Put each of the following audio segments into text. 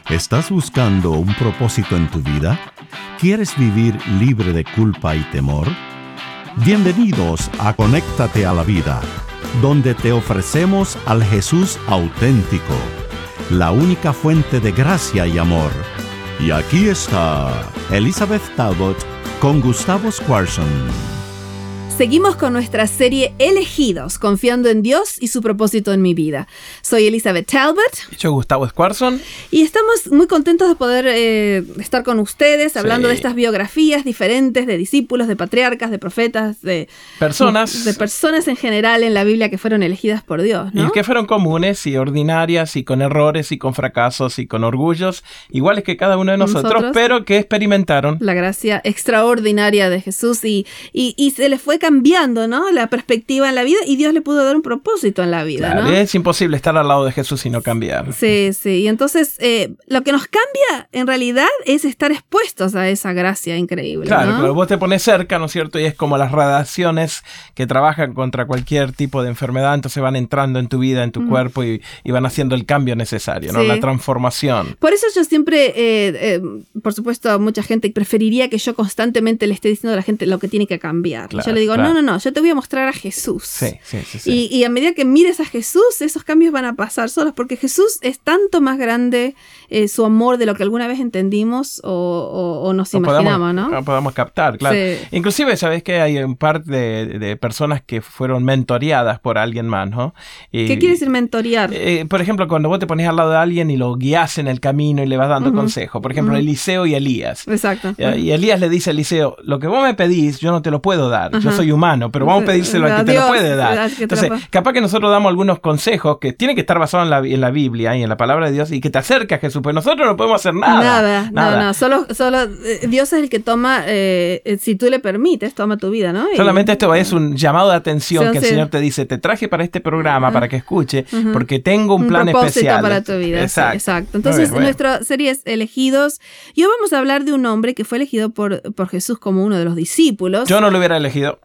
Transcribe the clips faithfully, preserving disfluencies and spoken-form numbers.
¿Estás buscando un propósito en tu vida? ¿Quieres vivir libre de culpa y temor? Bienvenidos a Conéctate a la Vida, donde te ofrecemos al Jesús auténtico, la única fuente de gracia y amor. Y aquí está Elizabeth Talbot con Gustavo Squarson. Seguimos con nuestra serie Elegidos, confiando en Dios y su propósito en mi vida. Soy Elizabeth Talbot. Y yo, Gustavo Squarson. Y estamos muy contentos de poder eh, estar con ustedes hablando sí. de estas biografías diferentes de discípulos, de patriarcas, de profetas, de personas. De personas en general en la Biblia que fueron elegidas por Dios, ¿no? Y que fueron comunes y ordinarias y con errores y con fracasos y con orgullos, iguales que cada uno de nosotros, nosotros pero que experimentaron la gracia extraordinaria de Jesús y, y, y se les fue cambiando, ¿no? La perspectiva en la vida y Dios le pudo dar un propósito en la vida, claro, ¿no? Es imposible estar al lado de Jesús y no cambiar. Sí, sí. Y entonces eh, lo que nos cambia en realidad es estar expuestos a esa gracia increíble, Claro, ¿no? claro. Vos te pones cerca, ¿no es cierto? Y es como las radiaciones que trabajan contra cualquier tipo de enfermedad, entonces van entrando en tu vida, en tu mm. cuerpo y, y van haciendo el cambio necesario, ¿no? Sí. La transformación. Por eso yo siempre, eh, eh, por supuesto, mucha gente preferiría que yo constantemente le esté diciendo a la gente lo que tiene que cambiar. Claro, yo le digo, claro. no, no, no, yo te voy a mostrar a Jesús. Sí, sí, sí. sí. Y, y a medida que mires a Jesús, esos cambios van a pasar solos, porque Jesús es tanto más grande eh, su amor de lo que alguna vez entendimos o, o, o nos o imaginamos, podamos, ¿no? Podamos captar, claro. Sí. Inclusive, ¿sabes que hay un par de, de personas que fueron mentoreadas por alguien más, ¿no? Y, ¿Qué quiere decir mentorear? Eh, por ejemplo, cuando vos te pones al lado de alguien y lo guías en el camino y le vas dando uh-huh. consejos. Por ejemplo, uh-huh. Eliseo y Elías. Exacto. Uh-huh. Y Elías le dice a Eliseo, lo que vos me pedís, yo no te lo puedo dar. Uh-huh. Yo soy humano, pero vamos a pedírselo a que te lo puede dar. Entonces, capaz que nosotros damos algunos consejos que tienen que estar basados en la, en la Biblia y en la palabra de Dios y que te acerca a Jesús, pues nosotros no podemos hacer nada. Nada, nada. no, no, solo, solo eh, Dios es el que toma, eh, si tú le permites, toma tu vida, ¿no? Y, Solamente esto es un llamado de atención sí, que el sí. Señor te dice, te traje para este programa, uh-huh. para que escuche, uh-huh. porque tengo un, un plan especial. para tu vida. Exacto. Sí, exacto. Entonces, bien, nuestra serie es Elegidos. Y hoy vamos a hablar de un hombre que fue elegido por, por Jesús como uno de los discípulos. Yo no lo hubiera elegido.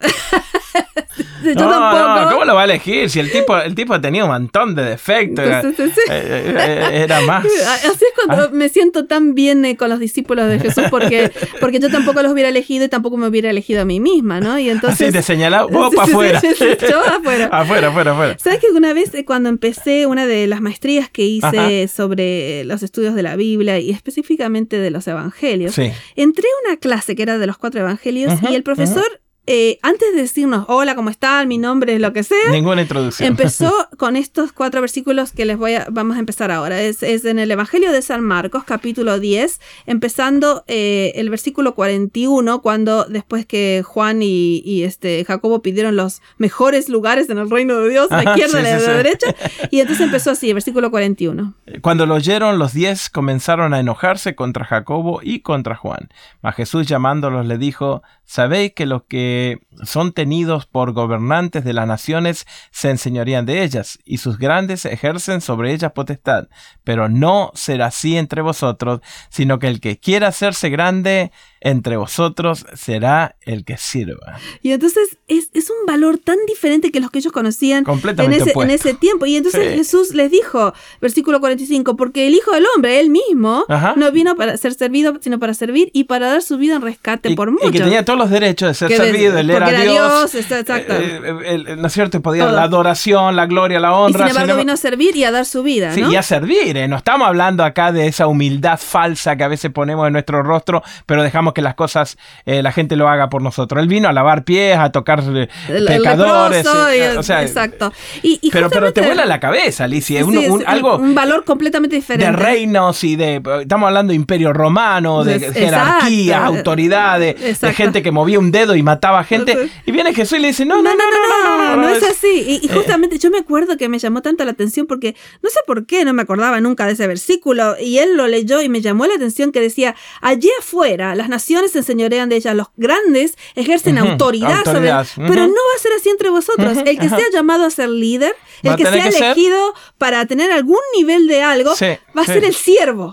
Yo no, tampoco. No, ¿cómo lo va a elegir? Si el tipo, el tipo tenía un montón de defectos. Era, sí, sí, sí. Era, era más. Así es cuando ah. me siento tan bien eh, con los discípulos de Jesús, porque, porque yo tampoco los hubiera elegido y tampoco me hubiera elegido a mí misma, ¿no? Y entonces. Así te señalaba, vos sí, para sí, afuera. Sí, sí, sí, yo afuera. afuera, afuera, afuera. ¿Sabes que una vez eh, cuando empecé una de las maestrías que hice Ajá. sobre los estudios de la Biblia y específicamente de los evangelios, sí. entré a una clase que era de los cuatro evangelios uh-huh, y el profesor. Uh-huh. Eh, antes de decirnos, hola, ¿cómo están? Mi nombre es lo que sea. Ninguna introducción. Empezó con estos cuatro versículos que les voy a, vamos a empezar ahora. Es, es en el Evangelio de San Marcos, capítulo diez, empezando eh, el versículo cuarenta y uno, cuando después que Juan y, y este, Jacobo pidieron los mejores lugares en el reino de Dios, a la izquierda y sí, a la sí, derecha, sí. y entonces empezó así, el versículo cuarenta y uno. Cuando lo oyeron, los diez comenzaron a enojarse contra Jacobo y contra Juan. Mas Jesús llamándolos le dijo, ¿sabéis que los que son tenidos por gobernantes de las naciones se enseñorían de ellas, y sus grandes ejercen sobre ellas potestad? Pero no será así entre vosotros, sino que el que quiera hacerse grande entre vosotros será el que sirva. Y entonces es, es un valor tan diferente que los que ellos conocían completamente en ese, en ese tiempo. Y entonces sí. Jesús les dijo, versículo cuarenta y cinco, porque el Hijo del Hombre, él mismo, Ajá. no vino para ser servido, sino para servir y para dar su vida en rescate y, por muchos. Y que tenía todos los derechos de ser que servido, de, él era, era Dios. Dios exacto. Eh, el, el, ¿No es cierto? Podía Todo. La adoración, la gloria, la honra. Y sin embargo sin vino a servir y a dar su vida, sí, ¿no? Y a servir, ¿eh? No estamos hablando acá de esa humildad falsa que a veces ponemos en nuestro rostro, pero dejamos que las cosas... Eh, la gente lo haga por nosotros. Él vino a lavar pies, a tocar eh, el, pecadores. El eh, o sea, exacto. Y, y pero, pero te vuela la cabeza, Alicia. Es, sí, un, un, es algo un valor completamente diferente. De reinos y de... Estamos hablando de imperio romano, de es, jerarquías, exacto. autoridades, exacto. de gente que movía un dedo y mataba gente. Sí. Y viene Jesús y le dice, no, no, no, no, no, no, no, no, no es así. Y, y justamente eh. yo me acuerdo que me llamó tanto la atención porque no sé por qué no me acordaba nunca de ese versículo. Y él lo leyó y me llamó la atención que decía, allí afuera las naciones se enseñorean de ellas, los grandes ejercen uh-huh. autoridad, autoridad. sobre, Uh-huh. pero no va a ser así entre vosotros. Uh-huh. El que uh-huh. sea llamado a ser líder, el que sea que elegido ser... para tener algún nivel de algo, sí, va a sí. ser el siervo.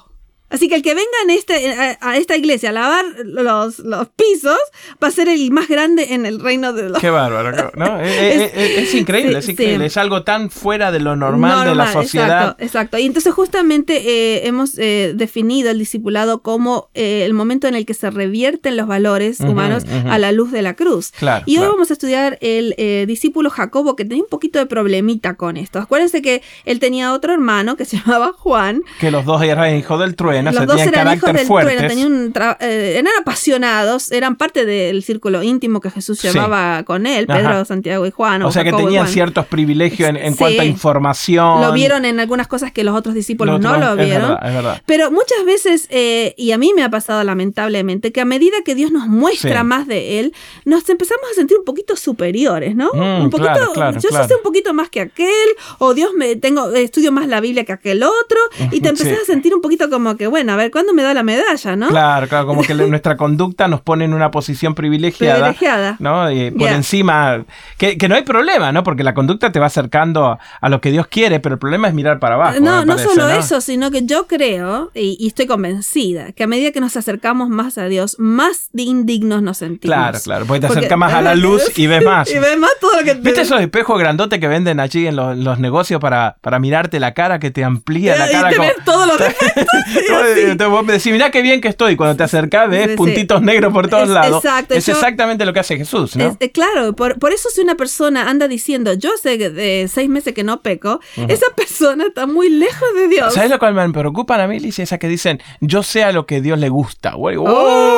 Así que el que venga en este, a, a esta iglesia a lavar los, los pisos va a ser el más grande en el reino de los... Qué bárbaro, ¿no? es, es, es, es increíble, sí, es increíble. Sí. Es algo tan fuera de lo normal, normal de la sociedad. Exacto, exacto. Y entonces justamente eh, hemos eh, definido el discipulado como eh, el momento en el que se revierten los valores uh-huh, humanos uh-huh. a la luz de la cruz. Claro, y hoy claro. vamos a estudiar el eh, discípulo Jacobo, que tenía un poquito de problemita con esto. Acuérdense que él tenía otro hermano que se llamaba Juan. Que los dos eran hijos del trueno, los o sea, dos tenían eran carácter hijos del fuertes. trueno, tenían un tra- eh, eran apasionados, eran parte del círculo íntimo que Jesús llevaba sí. con él, Pedro, Ajá. Santiago y Juan. O, o sea Jacobo que tenían ciertos privilegios en, en sí. cuanto a información. Lo vieron en algunas cosas que los otros discípulos lo no lo vieron. Es verdad, es verdad. Pero muchas veces, eh, y a mí me ha pasado lamentablemente, que a medida que Dios nos muestra sí. más de Él, nos empezamos a sentir un poquito superiores, ¿no? Mm, un poquito, claro, claro, yo claro. sé un poquito más que aquel, o Dios me tengo, estudio más la Biblia que aquel otro, y te empezás sí. a sentir un poquito como que, bueno, a ver, ¿cuándo me da la medalla, no? Claro, claro, como que nuestra conducta nos pone en una posición privilegiada, privilegiada. ¿no? Y por yeah. encima, que, que no hay problema, ¿no? Porque la conducta te va acercando a, a lo que Dios quiere, pero el problema es mirar para abajo. No, no parece, solo ¿no? eso, sino que yo creo, y, y estoy convencida, que a medida que nos acercamos más a Dios, más indignos nos sentimos. Claro, claro, porque te porque, acercas más a la luz y ves más. Y ves más todo lo que te... ¿Viste esos espejos grandotes que venden allí en los, los negocios para, para mirarte la cara, que te amplía y, la cara? Y te como... ves todos los defectos. Entonces vos me decís, mirá qué bien que estoy. Cuando te acercás ves sí, puntitos sí. negros por todos es, lados. Exacto. Es yo, exactamente lo que hace Jesús, ¿no? Es, eh, claro, por, por eso si una persona anda diciendo, yo sé que de seis meses que no peco, uh-huh. esa persona está muy lejos de Dios. ¿Sabes lo cual me preocupan a mí, Alicia? Esas que dicen, yo sé a lo que Dios le gusta. Güey, oh, oh,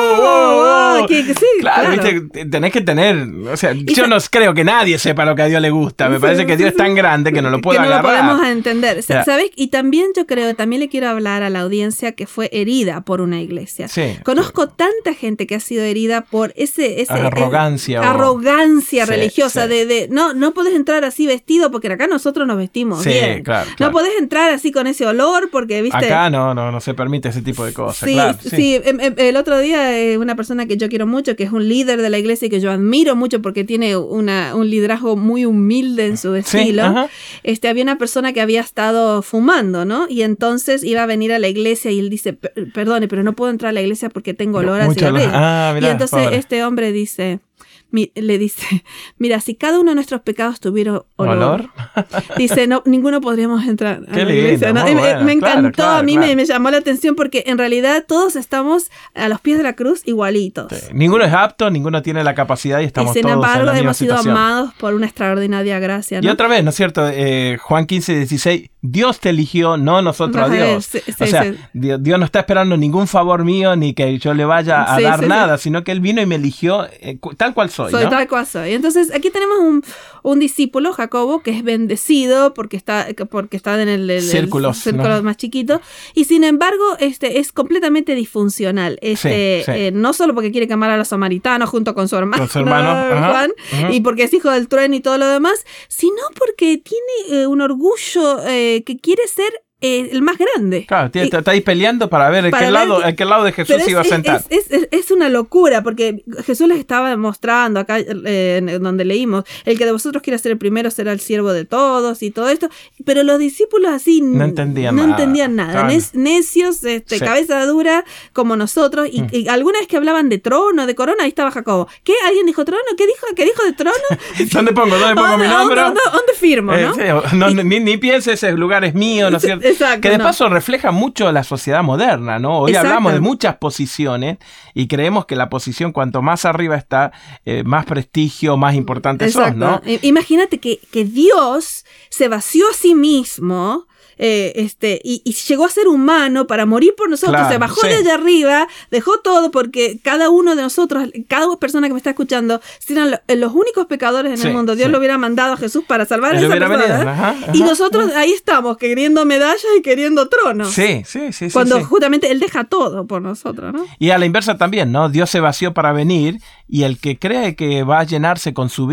oh, oh, que, que sí, claro, claro. ¿viste? Tenés que tener, o sea, y yo se... no creo que nadie sepa lo que a Dios le gusta. Me sí, parece que Dios sí, es tan grande que no lo puedo que no agarrar. lo podemos entender. Yeah. ¿Sabes? Y también yo creo, también le quiero hablar a la audiencia que fue herida por una iglesia. Sí, Conozco sí. tanta gente que ha sido herida por ese... ese arrogancia. El, o... Arrogancia sí, religiosa sí. de, de no, no podés entrar así vestido porque acá nosotros nos vestimos sí, bien. Claro, no claro. podés entrar así con ese olor porque, viste... Acá no, no, no se permite ese tipo de cosas. Sí, claro, sí. sí. El otro día una persona que yo quiero mucho, que es un líder de la iglesia y que yo admiro mucho porque tiene una, un liderazgo muy humilde en su estilo. Sí, este, había una persona que había estado fumando, ¿no? Y entonces iba a venir a la iglesia y él dice, perdone, pero no puedo entrar a la iglesia porque tengo olor a cigarrillo. Ah, mirá, y entonces pobre. Este hombre dice... Mi, le dice, mira, si cada uno de nuestros pecados tuviera olor, ¿Olor? dice, no, ninguno podríamos entrar a Qué la iglesia. lindo, ¿no? Y bueno, me, me encantó, claro, claro, a mí claro. me, me llamó la atención porque en realidad todos estamos a los pies de la cruz igualitos. Sí. Ninguno es apto, ninguno tiene la capacidad y estamos y sin todos embargo en la misma hemos sido situación. amados por una extraordinaria gracia, ¿no? Y otra vez, ¿no es cierto? Eh, Juan quince, dieciséis, Dios te eligió, no nosotros a Dios. Sí, sí, o sea, sí. Dios, Dios no está esperando ningún favor mío ni que yo le vaya a sí, dar sí, nada, sí. sino que Él vino y me eligió eh, tal cual soy. Soy ¿no? tal cual soy. Entonces aquí tenemos un, un discípulo, Jacobo, que es bendecido porque está, porque está en el, el, Círculos, el círculo ¿no? más chiquito. Y sin embargo, este es completamente disfuncional. Este, Sí, sí. Eh, no solo porque quiere quemar a los samaritanos junto con su hermano, Con su hermano, ajá, Juan, ajá. y porque es hijo del trueno y todo lo demás, sino porque tiene eh, un orgullo eh, que quiere ser eh, el más grande. Claro, Y- está ahí peleando para ver en Para qué, ver lado, que- en qué lado de Jesús Pero se iba a es, sentar. Es, es, es, es una locura, porque Jesús les estaba demostrando acá, eh, en donde leímos, el que de vosotros quiera ser el primero será el siervo de todos y todo esto, pero los discípulos así No entendían no nada. entendían nada, Claro. Ne- necios, este, Sí. cabeza dura como nosotros, y, Mm. y alguna vez que hablaban de trono, de corona, ahí estaba Jacobo. ¿Qué? ¿Alguien dijo trono? ¿Qué dijo? ¿Qué dijo de trono? ¿Dónde pongo? ¿Dónde pongo mi ¿Dónde- nombre? ¿Dónde, dónde, dónde firmo? Eh, ¿no? sí, o- no, ni, ni pienses, ese lugar es mío, ¿no es cierto? Exacto, Que de no. paso refleja mucho la sociedad moderna, ¿no? Hoy Exacto. hablamos de muchas posiciones y creemos que la posición cuanto más arriba está, eh, más prestigio, más importante sos, Exacto. ¿no? I- Imagínate que, que Dios se vació a sí mismo. Eh, este, y, y llegó a ser humano para morir por nosotros, Claro, se bajó sí. de allá arriba, dejó todo porque cada uno de nosotros, cada persona que me está escuchando, si eran lo- los únicos pecadores en Sí, el mundo, Dios sí. lo hubiera mandado a Jesús para salvar a Él esa hubiera persona. venido, ajá, ajá. Y nosotros ahí estamos, queriendo medallas y queriendo tronos. Sí, sí, sí. sí, Cuando sí. justamente Él deja todo por nosotros, ¿no? Y a la inversa también, ¿no? Dios se vació para venir y el que cree que va a llenarse con subir,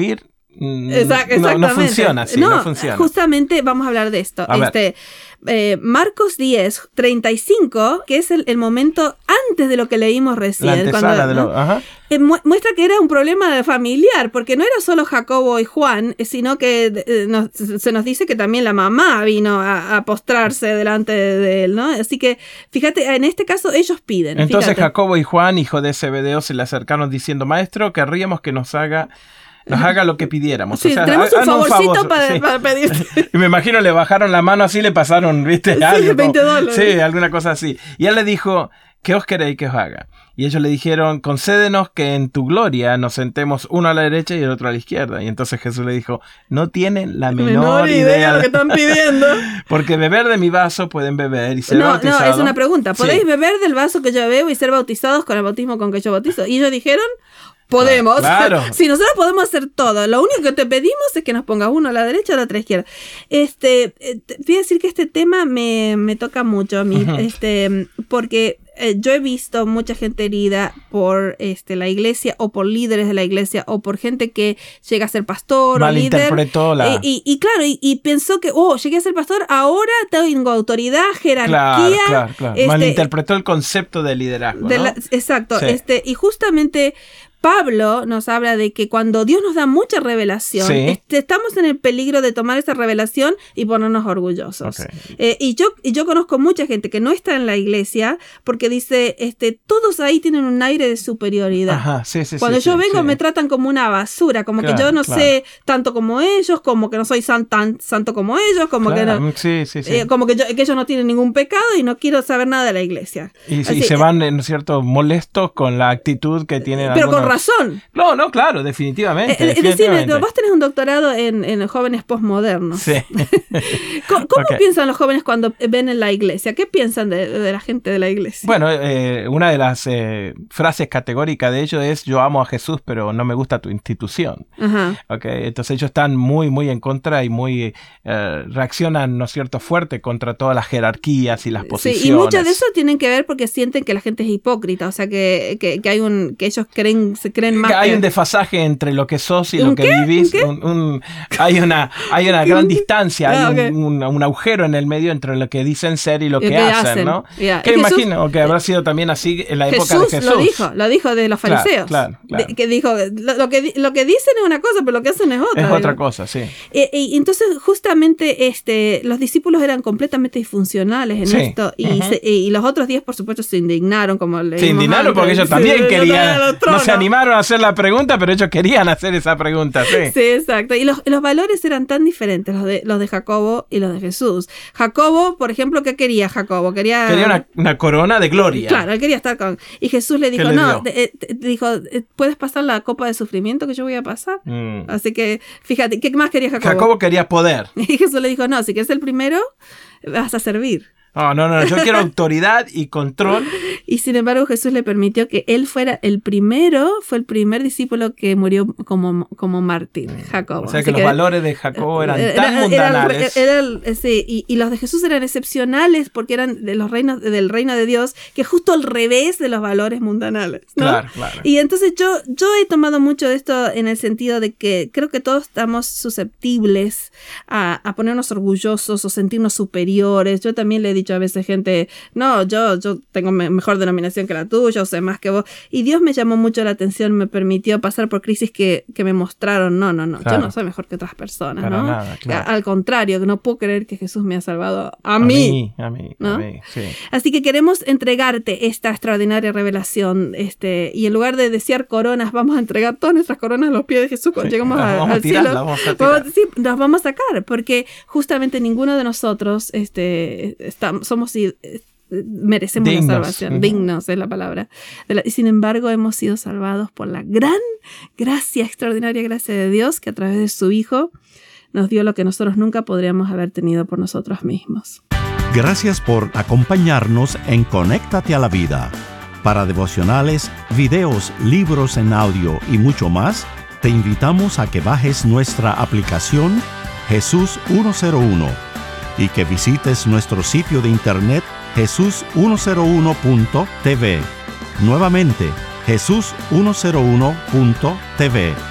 Exact- no, no funciona así, no, no funciona. Justamente vamos a hablar de esto. A este, eh, Marcos diez, treinta y cinco, que es el, el momento antes de lo que leímos recién. La antesala cuando, de lo, ¿no? ajá. eh, mu- muestra que era un problema familiar, porque no era solo Jacobo y Juan, eh, sino que eh, nos, se nos dice que también la mamá vino a, a postrarse delante de, de él, ¿no? Así que, fíjate, en este caso ellos piden. Entonces fíjate. Jacobo y Juan, hijo de Zebedeo, se le acercaron diciendo: Maestro, querríamos que nos haga... Nos haga lo que pidiéramos. Sí, o sea, tenemos un hagan favorcito un favor, para, sí. para pedirte. Y me imagino le bajaron la mano así, le pasaron, ¿viste? Sí, Algo, veinte dólares. Sí, alguna cosa así. Y él le dijo: ¿qué os queréis que os haga? Y ellos le dijeron: concédenos que en tu gloria nos sentemos uno a la derecha y el otro a la izquierda. Y entonces Jesús le dijo: no tienen la menor, menor idea, idea de lo que están pidiendo. Porque beber de mi vaso pueden beber y ser No, bautizados. no, es una pregunta. ¿Podéis Sí. beber del vaso que yo bebo y ser bautizados con el bautismo con que yo bautizo? Y ellos dijeron: podemos. Claro. Si nosotros podemos hacer todo. Lo único que te pedimos es que nos pongas uno a la derecha y a la otra izquierda. Este, eh, te voy a decir que este tema me, me toca mucho a mí. Uh-huh. Este, porque eh, yo he visto mucha gente herida por este, la iglesia o por líderes de la iglesia o por gente que llega a ser pastor o líder. Malinterpretó la... Eh, y, y claro, y, y pensó que, oh, llegué a ser pastor, ahora tengo autoridad, jerarquía. Claro, claro, claro. Este, Malinterpretó el concepto de liderazgo, de ¿no? la, exacto. Sí. Este, y justamente... Pablo nos habla de que cuando Dios nos da mucha revelación, sí. este, estamos en el peligro de tomar esa revelación y ponernos orgullosos. Okay. Eh, y, yo, y yo conozco mucha gente que no está en la iglesia porque dice, este, todos ahí tienen un aire de superioridad. Ajá, sí, sí, cuando sí, yo sí, vengo sí. me tratan como una basura, como claro, que yo no claro. sé tanto como ellos, como que no soy san, tan santo como ellos, como claro. que no, sí, sí, sí. Eh, como que, yo, que ellos no tienen ningún pecado y no quiero saber nada de la iglesia. Y, Así, y se van, ¿no es cierto?, molestos con la actitud que tienen Pero algunos... con razón. No, no, claro, definitivamente. Eh, definitivamente. Es decir, vos tenés un doctorado en, en jóvenes postmodernos. Sí. ¿Cómo, cómo okay. piensan los jóvenes cuando ven en la iglesia? ¿Qué piensan de, de la gente de la iglesia? Bueno, eh, una de las eh, frases categóricas de ellos es: yo amo a Jesús, pero no me gusta tu institución. Ajá. Okay. Entonces ellos están muy, muy en contra y muy eh, reaccionan, ¿no es cierto?, fuerte contra todas las jerarquías y las posiciones. Sí, y muchas de eso tienen que ver porque sienten que la gente es hipócrita, o sea, que, que, que hay un que ellos creen se creen más que hay que... un desfasaje entre lo que sos y lo que qué? vivís. ¿Un un, un, hay una, hay una gran distancia, hay ah, okay. un, un, un agujero en el medio entre lo que dicen ser y lo que, que hacen, hacen, ¿no? Yeah. Que Jesús, imagino que habrá sido también así en la época Jesús de Jesús. lo dijo, lo dijo de los fariseos. Claro, claro, claro. De, que dijo, lo, lo, que, lo que dicen es una cosa, pero lo que hacen es otra. Es digo. otra cosa, sí. Y, y entonces justamente este, los discípulos eran completamente disfuncionales en sí. esto y, uh-huh. se, y los otros diez por supuesto se indignaron como se indignaron antes. Porque ellos también sí, querían no se animaron a hacer la pregunta, pero ellos querían hacer esa pregunta, sí. Sí, exacto. Y los, los valores eran tan diferentes, los de, los de Jacobo y los de Jesús. Jacobo, por ejemplo, ¿qué quería Jacobo? Quería, quería una, una corona de gloria. Claro, él quería estar con... Y Jesús le dijo, le no, te, te, te dijo, ¿puedes pasar la copa de sufrimiento que yo voy a pasar? Mm. Así que, fíjate, ¿qué más quería Jacobo? Jacobo quería poder. Y Jesús le dijo, no, si quieres ser el primero, vas a servir. Oh, no, no, yo quiero autoridad y control. Y sin embargo Jesús le permitió que él fuera el primero, fue el primer discípulo que murió como, como mártir, Jacobo. O sea que Así los que, valores de Jacobo eran era, tan mundanales. Era, era, era, sí, y, y los de Jesús eran excepcionales porque eran de los reinos, del reino de Dios, que es justo al revés de los valores mundanales, ¿no? Claro, claro. Y entonces yo, yo he tomado mucho de esto en el sentido de que creo que todos estamos susceptibles a, a ponernos orgullosos o sentirnos superiores. Yo también le he dicho a veces gente, no, yo, yo tengo me- mejor denominación que la tuya, o sé más que vos. Y Dios me llamó mucho la atención, me permitió pasar por crisis que, que me mostraron, no, no, no, claro. yo no soy mejor que otras personas, Para ¿no? nada, claro. Al contrario, no puedo creer que Jesús me ha salvado a, a mí. A mí, ¿no? a mí, sí. Así que queremos entregarte esta extraordinaria revelación, este, y en lugar de desear coronas, vamos a entregar todas nuestras coronas a los pies de Jesús cuando Sí, lleguemos a, vamos a al tirarla, cielo. vamos a tirar. Vamos, sí, nos vamos a sacar, porque justamente ninguno de nosotros este, estamos, somos merecemos dignos. la salvación, Uh-huh. dignos es la palabra. De la, y sin embargo hemos sido salvados por la gran gracia, extraordinaria gracia de Dios, que a través de su Hijo nos dio lo que nosotros nunca podríamos haber tenido por nosotros mismos. Gracias por acompañarnos en Conéctate a la Vida. Para devocionales, videos, libros en audio y mucho más, te invitamos a que bajes nuestra aplicación Jesús ciento uno y que visites nuestro sitio de internet jesús ciento uno punto t v. Nuevamente, jesús ciento uno punto t v.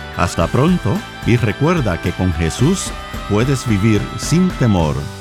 Hasta pronto y recuerda que con Jesús puedes vivir sin temor.